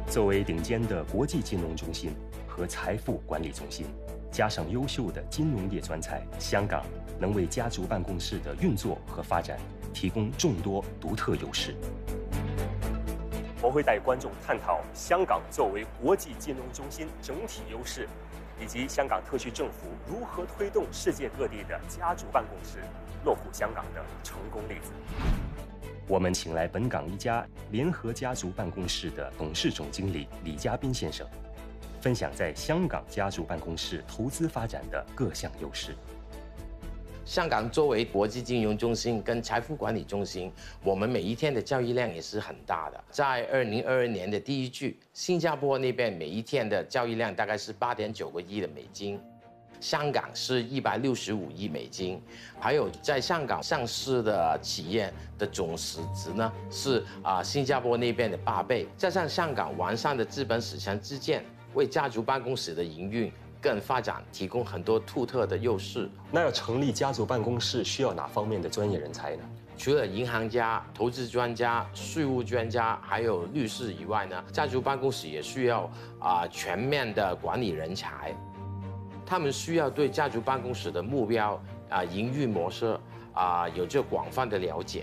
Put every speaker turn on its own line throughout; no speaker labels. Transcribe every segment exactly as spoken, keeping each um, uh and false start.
作为顶尖的国际金融中心和财富管理中心，加上优秀的金融业专才，香港能为家族办公室的运作和发展提供众多独特优势。我会带观众探讨香港作为国际金融中心整体优势，以及香港特区政府如何推动世界各地的家族办公室落户香港的成功例子。我们请来本港一家联合家族办公室的董事总经理李家斌先生，分享在香港家族办公室投资发展的各项优势。
香港作为国际金融中心跟财富管理中心，我们每一天的交易量也是很大的。在二零二二年的第一季，新加坡那边每一天的交易量大概是八点九个亿的美金，香港是一百六十五亿美金，还有在香港上市的企业的总市值呢是啊、呃、新加坡那边的八倍，加上香港完善的资本市场基建，为家族办公室的营运更发展提供很多独特的优势。
那要成立家族办公室需要哪方面的专业人才呢？
除了银行家、投资专家、税务专家，还有律师以外呢，家族办公室也需要啊、呃、全面的管理人才。他们需要对家族办公室的目标啊、呃、营运模式啊、呃、有着广泛的了解。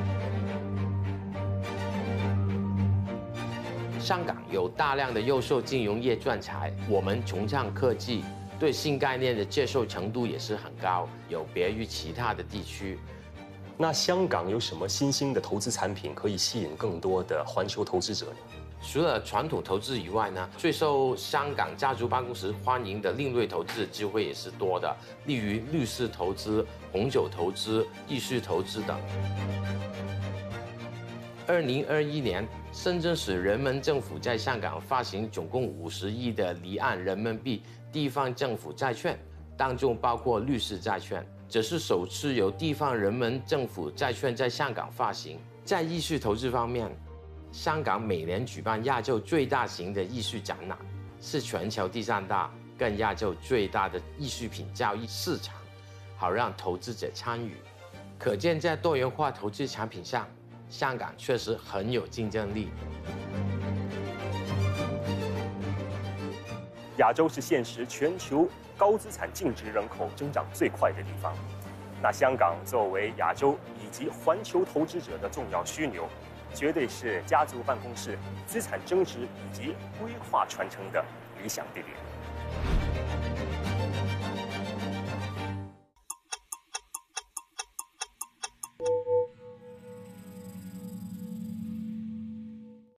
香港有大量的优秀金融业专才，我们崇尚科技，对新概念的接受程度也是很高，有别于其他的地区。
那香港有什么新兴的投资产品可以吸引更多的环球投资者呢？
除了传统投资以外呢，最受香港家族办公室欢迎的另类投资机会也是多的，例如律师投资、红酒投资、艺术投资等。二零二一年，深圳市人民政府在香港发行总共五十亿的离岸人民币地方政府债券，当中包括律师债券，这是首次由地方人民政府债券在香港发行。在艺术投资方面，香港每年举办亚洲最大型的艺术展览，是全球第三大、跟亚洲最大的艺术品交易市场，好让投资者参与。可见在多元化投资产品上，香港确实很有竞争力。
亚洲是现时全球高资产净值人口增长最快的地方，那香港作为亚洲以及环球投资者的重要枢纽，绝对是家族办公室资产增值以及规划传承的理想地点。